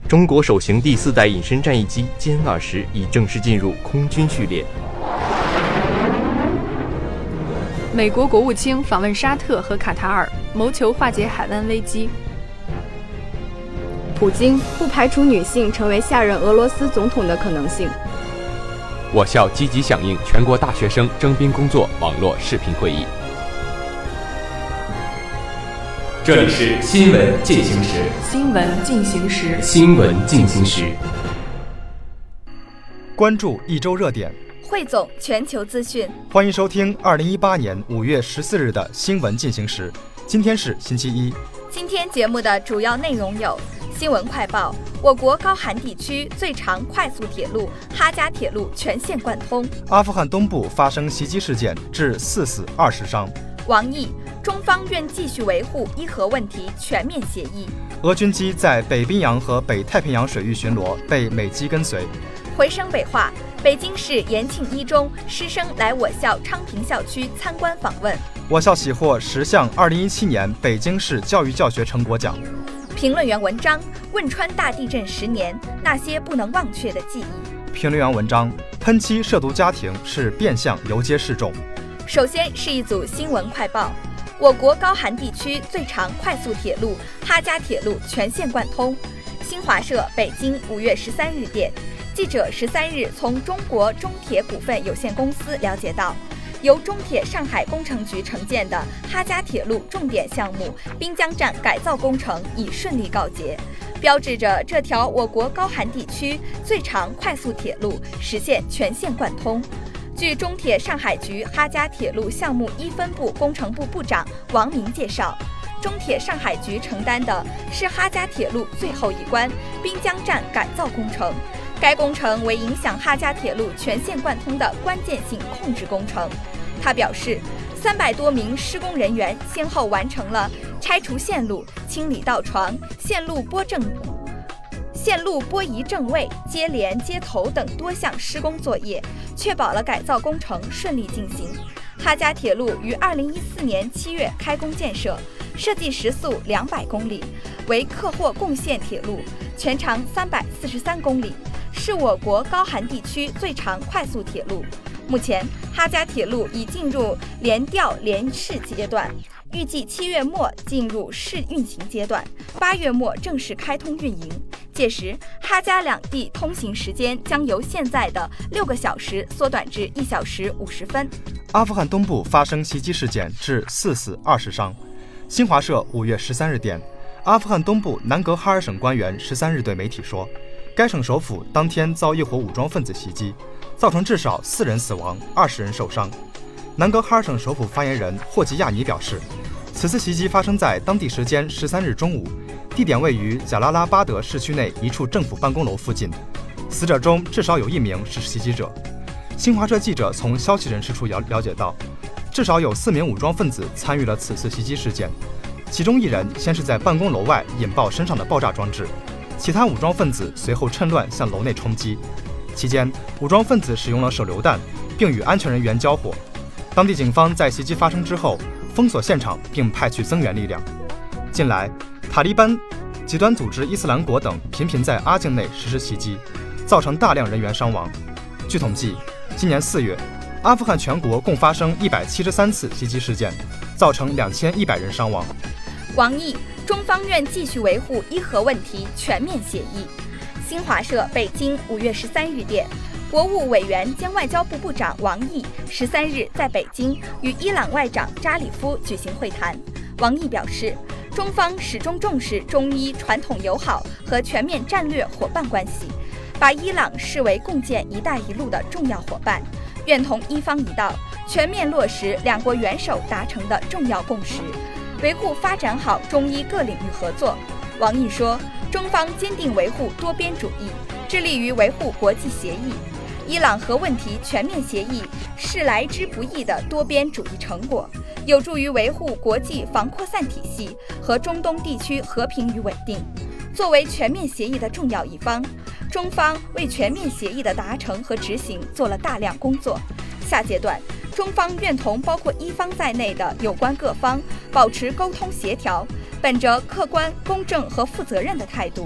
中国首型第4代隐身战役机歼20已正式进入空军序列。 美国国务卿访问沙特和卡塔尔，谋求化解海湾危机。 普京不排除女性成为下任俄罗斯总统的可能性。 我校积极响应全国大学生征兵工作网络视频会议。这里是新闻进行时。 新闻进行时。 新闻进行时。 关注一周热点， 汇总全球资讯。 欢迎收听2018年5月14日的新闻进行时。今天是星期一。 今天节目的主要内容有：新闻快报，我国高寒地区最长快速铁路哈加铁路全线贯通； 阿富汗东部发生袭击事件，致4死20伤； 王毅，中方愿继续维护伊核问题全面协议； 俄军机在北冰洋和北太平洋水域巡逻，被美机跟随； 回声北话，北京市延庆一中师生来我校昌平校区参观访问； 我校喜获10项2017年北京市教育教学成果奖。 评论员文章：汶川大地震10年，那些不能忘却的记忆。 评论员文章：喷漆涉毒家庭是变相游街示众。 首先是一组新闻快报。我国高寒地区最长快速铁路哈加铁路全线贯通。新华社北京5月13日电，记者13日从中国中铁股份有限公司了解到，由中铁上海工程局承建的哈加铁路重点项目滨江站改造工程已顺利告捷，标志着这条我国高寒地区最长快速铁路实现全线贯通。据中铁上海局哈加铁路项目1分部工程部部长王明介绍，中铁上海局承担的是哈加铁路最后一关滨江站改造工程，该工程为影响哈加铁路全线贯通的关键性控制工程。他表示，300多名施工人员先后完成了拆除线路、清理道床、线路拨移正位、接连接头等多项施工作业，确保了改造工程顺利进行。哈加铁路于2014年7月开工建设，设计时速200公里，为客货共线铁路，全长343公里，是我国高寒地区最长快速铁路。目前，哈加铁路已进入联调联试阶段，预计7月末进入试运行阶段，8月末正式开通运营。届时，哈加两地通行时间将由现在的6个小时缩短至1小时50分。 阿富汗东部发生袭击事件，致4死20伤。新华社5月13日电，阿富汗东部南格哈尔省官员13日对媒体说，该省首府当天遭一伙武装分子袭击，造成至少4人死亡，20人受伤。南格哈尔省首府发言人霍吉亚尼表示，此次袭击发生在当地时间13日中午，地点位于贾拉拉巴德市区内一处政府办公楼附近，死者中至少有1名是袭击者。新华社记者从消息人士处了解到，至少有4名武装分子参与了此次袭击事件，其中1人先是在办公楼外引爆身上的爆炸装置，其他武装分子随后趁乱向楼内冲击，期间武装分子使用了手榴弹，并与安全人员交火。当地警方在袭击发生之后封锁现场，并派去增援力量。近来，塔利班、极端组织伊斯兰国等频频在阿境内实施袭击，造成大量人员伤亡。据统计，今年4月，阿富汗全国共发生173次袭击事件，造成2100人伤亡。 王毅，中方愿继续维护伊核问题全面协议。新华社北京5月13日电，国务委员兼外交部部长王毅13日在北京与伊朗外长扎里夫举行会谈。王毅表示，中方始终重视中伊传统友好和全面战略伙伴关系，把伊朗视为共建“一带一路”的重要伙伴，愿同伊方一道，全面落实两国元首达成的重要共识，维护发展好中伊各领域合作。王毅说，中方坚定维护多边主义，致力于维护国际协议。伊朗核问题全面协议是来之不易的多边主义成果，有助于维护国际防扩散体系和中东地区和平与稳定。作为全面协议的重要一方，中方为全面协议的达成和执行做了大量工作。下阶段，中方愿同包括伊方在内的有关各方保持沟通协调，本着客观、公正和负责任的态度，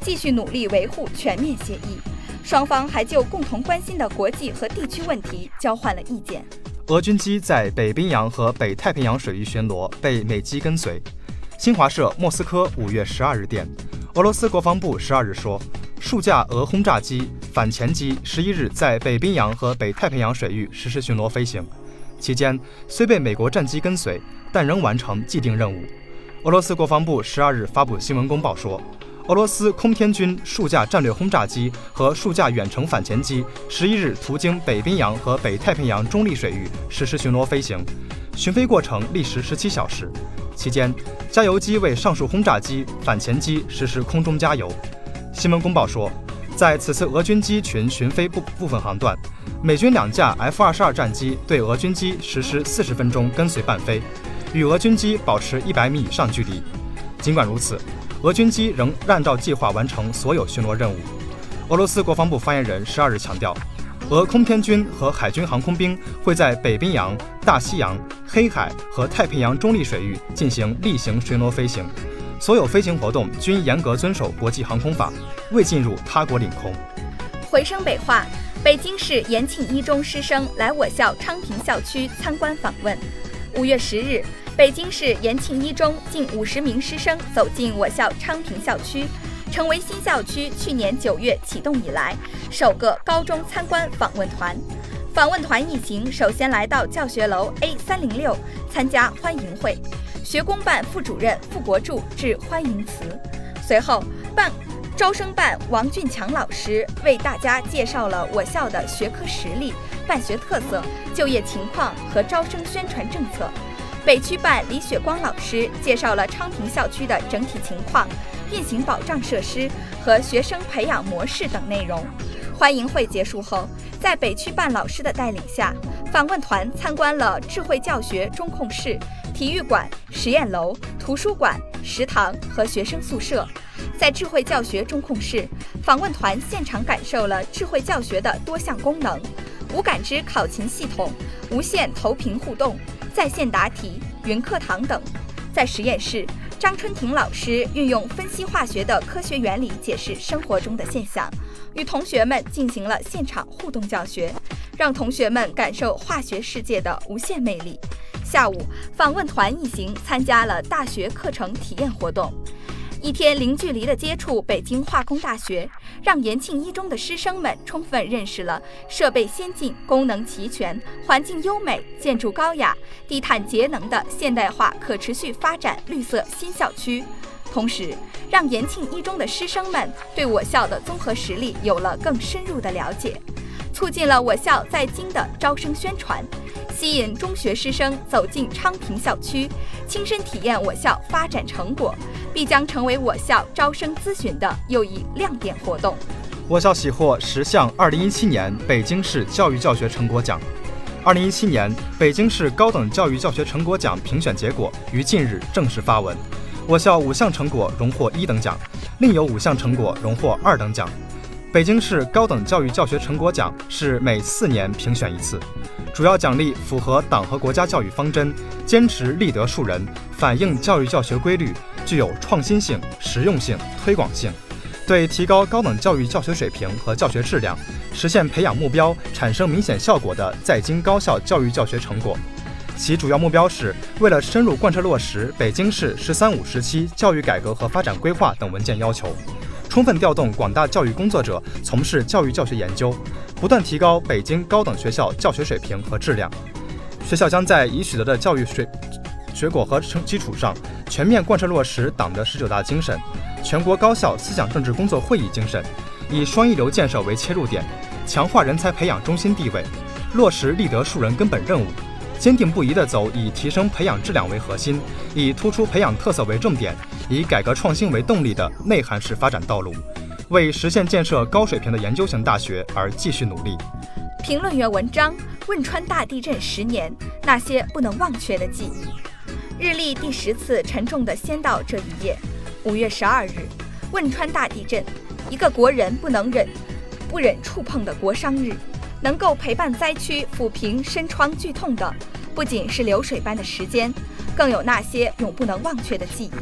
继续努力维护全面协议。双方还就共同关心的国际和地区问题交换了意见。 俄军机在北冰洋和北太平洋水域巡逻，被美机跟随。新华社莫斯科5月12日电，俄罗斯国防部12日说，数架俄轰炸机、反潜机11日在北冰洋和北太平洋水域实施巡逻飞行，期间虽被美国战机跟随，但仍完成既定任务。俄罗斯国防部12日发布新闻公报说，俄罗斯空天军数架战略轰炸机和数架远程反潜机11日途经北冰洋和北太平洋中立水域实施巡逻飞行，巡飞过程历时17小时。期间，加油机为上述轰炸机、反潜机实施空中加油。新闻公报说，在此次俄军机群巡飞部分航段，美军2架 F-22战机对俄军机实施40分钟跟随伴飞，与俄军机保持100米以上距离。尽管如此，俄军机仍按照计划完成所有巡逻任务。俄罗斯国防部发言人12日强调，俄空天军和海军航空兵会在北冰洋、大西洋、黑海和太平洋中立水域进行例行巡逻飞行，所有飞行活动均严格遵守国际航空法，未进入他国领空。 回声北话，北京市延庆一中师生来我校昌平校区参观访问。5月10日，北京市延庆一中近50名师生走进我校昌平校区，成为新校区去年9月启动以来首个高中参观访问团。访问团一行首先来到教学楼 A306 参加欢迎会，学工办副主任傅国柱致欢迎词。随后，招生办王俊强老师为大家介绍了我校的学科实力、办学特色、就业情况和招生宣传政策。北区办李雪光老师介绍了昌平校区的整体情况、运行保障设施和学生培养模式等内容。欢迎会结束后，在北区办老师的带领下，访问团参观了智慧教学中控室、体育馆、实验楼、图书馆、食堂和学生宿舍。在智慧教学中控室，访问团现场感受了智慧教学的多项功能，无感知考勤系统、无线投屏互动、在线答题、云课堂等。在实验室，张春婷老师运用分析化学的科学原理解释生活中的现象，与同学们进行了现场互动教学，让同学们感受化学世界的无限魅力。下午，访问团一行参加了大学课程体验活动。一天零距离的接触北京化工大学，让延庆一中的师生们充分认识了设备先进、功能齐全、环境优美、建筑高雅、低碳节能的现代化可持续发展绿色新校区，同时让延庆一中的师生们对我校的综合实力有了更深入的了解，促进了我校在京的招生宣传，吸引中学师生走进昌平校区，亲身体验我校发展成果，必将成为我校招生咨询的又一亮点活动。 我校喜获10项2017年北京市教育教学成果奖。2017年北京市高等教育教学成果奖评选结果于近日正式发文，我校5项成果荣获1等奖，另有5项成果荣获2等奖。北京市高等教育教学成果奖是每4年评选一次，主要奖励符合党和国家教育方针，坚持立德树人，反映教育教学规律，具有创新性、实用性、推广性，对提高高等教育教学水平和教学质量，实现培养目标产生明显效果的在京高校教育教学成果。其主要目标是为了深入贯彻落实北京市“13·5”时期教育改革和发展规划等文件要求，充分调动广大教育工作者从事教育教学研究，不断提高北京高等学校教学水平和质量。学校将在已取得的教育学果和基础上，全面贯彻落实党的19大精神、全国高校思想政治工作会议精神，以双一流建设为切入点，强化人才培养中心地位，落实立德树人根本任务，坚定不移地走以提升培养质量为核心，以突出培养特色为重点，以改革创新为动力的内涵式发展道路，为实现建设高水平的研究型大学而继续努力。 评论员文章：汶川大地震10年，那些不能忘却的记忆。日历第10次沉重地先到这一页。5月12日，汶川大地震，一个国人不忍触碰的国殇日。能够陪伴灾区抚平深创剧痛的，不仅是流水般的时间，更有那些永不能忘却的记忆。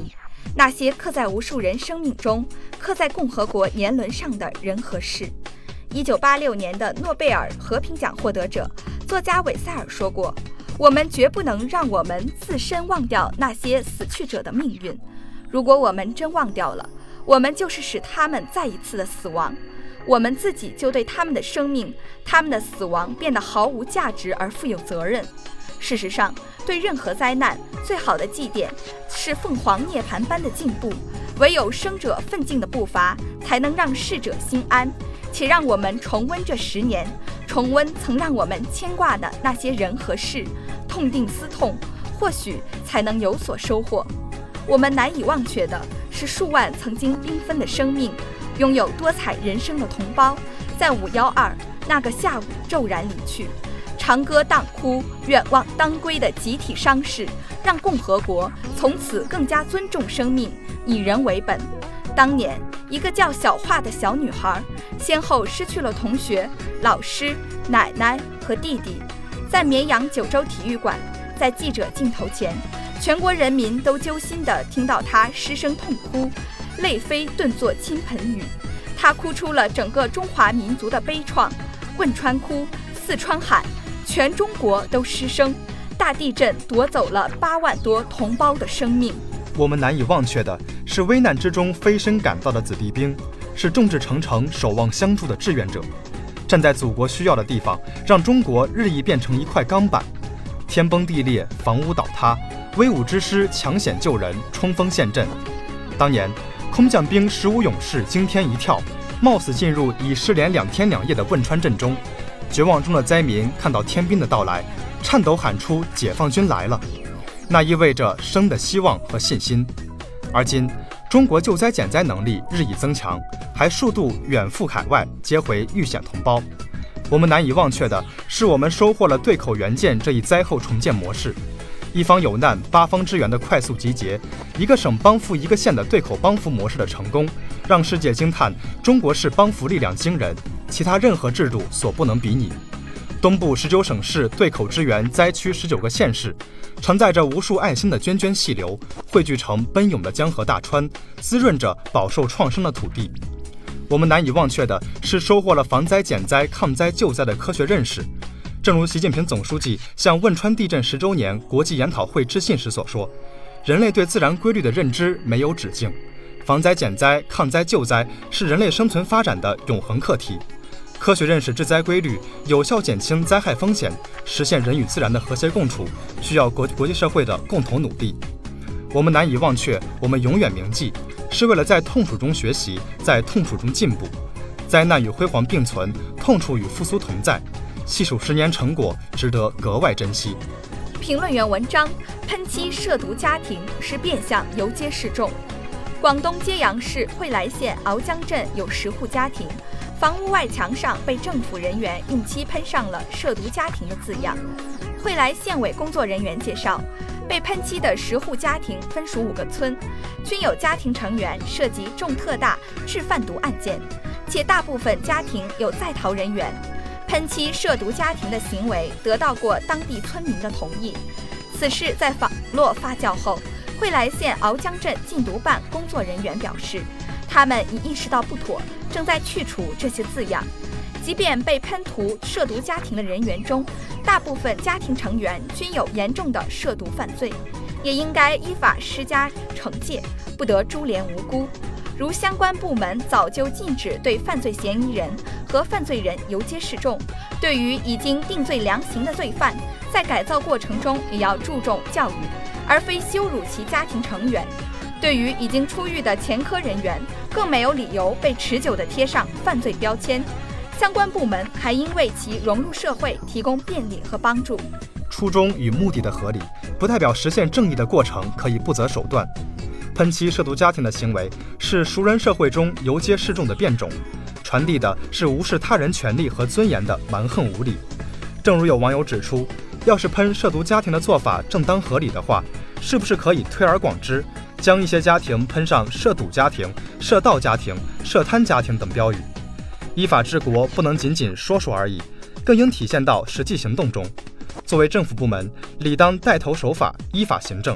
那些刻在无数人生命中、刻在共和国年轮上的人和事。1986年的诺贝尔和平奖获得者作家韦塞尔说过，我们绝不能让我们自身忘掉那些死去者的命运，如果我们真忘掉了，我们就是使他们再一次的死亡，我们自己就对他们的生命、他们的死亡变得毫无价值而负有责任。事实上，对任何灾难，最好的祭奠是凤凰涅槃般的进步，唯有生者奋进的步伐，才能让逝者心安，且让我们重温这10年，重温曾让我们牵挂的那些人和事，痛定思痛，或许才能有所收获。我们难以忘却的是数万曾经缤纷的生命，拥有多彩人生的同胞，在512那个下午骤然离去。长歌当哭，远望当归的集体伤势，让共和国从此更加尊重生命，以人为本。当年，一个叫小华的小女孩，先后失去了同学、老师、奶奶和弟弟。在绵阳九州体育馆，在记者镜头前，全国人民都揪心地听到她失声痛哭，泪飞顿作倾盆雨。她哭出了整个中华民族的悲怆。汶川哭，四川喊，全中国都失声。大地震夺走了8万多同胞的生命。 我们难以忘却的是危难之中飞身赶到的子弟兵，是众志成城守望相助的志愿者，站在祖国需要的地方，让中国日益变成一块钢板。天崩地裂，房屋倒塌，威武之师抢险救人，冲锋陷阵。当年空降兵15勇士惊天一跳，冒死进入已失联2天2夜的汶川震中。绝望中的灾民看到天兵的到来，颤抖喊出解放军来了，那意味着生的希望和信心。而今中国救灾减灾能力日益增强，还数度远赴海外接回遇险同胞。我们难以忘却的是，我们收获了对口援建这一灾后重建模式，一方有难8方支援的快速集结，一个省帮扶一个县的对口帮扶模式的成功，让世界惊叹中国式帮扶力量惊人，其他任何制度所不能比拟。东部19省市对口支援灾区19个县市，承载着无数爱心的涓涓细流，汇聚成奔涌的江河大川，滋润着饱受创伤的土地。我们难以忘却的是，收获了防灾减灾、抗灾救灾的科学认识。正如习近平总书记向汶川地震10周年国际研讨会致信时所说，人类对自然规律的认知没有止境，防灾减灾、抗灾救灾是人类生存发展的永恒课题。科学认识治灾规律，有效减轻灾害风险，实现人与自然的和谐共处，需要国际社会的共同努力。我们难以忘却，我们永远铭记，是为了在痛楚中学习，在痛楚中进步。灾难与辉煌并存，痛楚与复苏同在，细数10年成果，值得格外珍惜。 评论员文章：喷漆涉毒家庭是变相游街示众。广东揭阳市惠来县鳌江镇有10户家庭，房屋外墙上被政府人员用漆喷上了涉毒家庭的字样。惠来县委工作人员介绍，被喷漆的10户家庭分属5个村，均有家庭成员涉及重特大制贩毒案件，且大部分家庭有在逃人员。喷漆涉毒家庭的行为得到过当地村民的同意。此事在网络发酵后，惠来县鳌江镇禁毒办工作人员表示，他们已意识到不妥，正在去除这些字样。即便被喷涂涉毒家庭的人员中，大部分家庭成员均有严重的涉毒犯罪，也应该依法施加惩戒，不得株连无辜。如相关部门早就禁止对犯罪嫌疑人和犯罪人游街示众，对于已经定罪量刑的罪犯，在改造过程中也要注重教育，而非羞辱其家庭成员。对于已经出狱的前科人员，更没有理由被持久地贴上犯罪标签。相关部门还应为其融入社会提供便利和帮助。 初衷与目的的合理，不代表实现正义的过程可以不择手段。喷漆涉毒家庭的行为是熟人社会中游街示众的变种，传递的是无视他人权利和尊严的蛮横无理。正如有网友指出，要是喷涉毒家庭的做法正当合理的话，是不是可以推而广之，将一些家庭喷上涉赌家庭、涉盗家庭、涉贪家庭等标语？依法治国不能仅仅说说而已，更应体现到实际行动中。作为政府部门，理当带头守法，依法行政，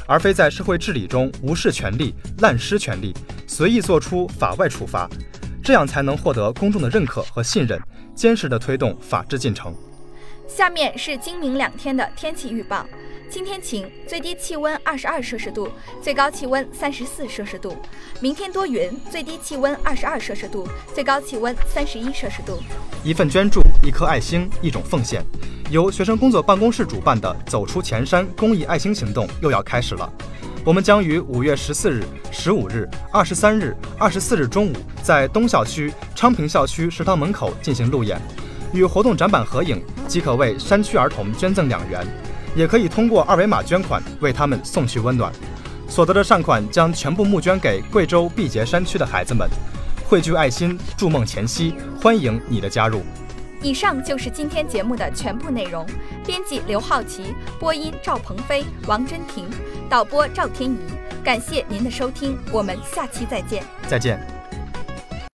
而非在社会治理中无视权利、滥施权利，随意做出法外处罚，这样才能获得公众的认可和信任，坚实地推动法治进程。 下面是今明2天的天气预报。今天晴，最低气温22摄氏度，最高气温34摄氏度。明天多云，最低气温22摄氏度，最高气温31摄氏度。 一份捐助，一颗爱心，一种奉献。由学生工作办公室主办的走出前山公益爱心行动又要开始了。我们将于5月14日、15日、23日、24日中午在东校区昌平校区食堂门口进行路演，与活动展板合影即可为山区儿童捐赠2元，也可以通过2维码捐款为他们送去温暖。所得的善款将全部募捐给贵州毕节山区的孩子们。汇聚爱心，筑梦前夕，欢迎你的加入。 以上就是今天节目的全部内容。编辑刘浩奇，播音赵鹏飞、王真婷，导播赵天怡。感谢您的收听，我们下期再见。 再见。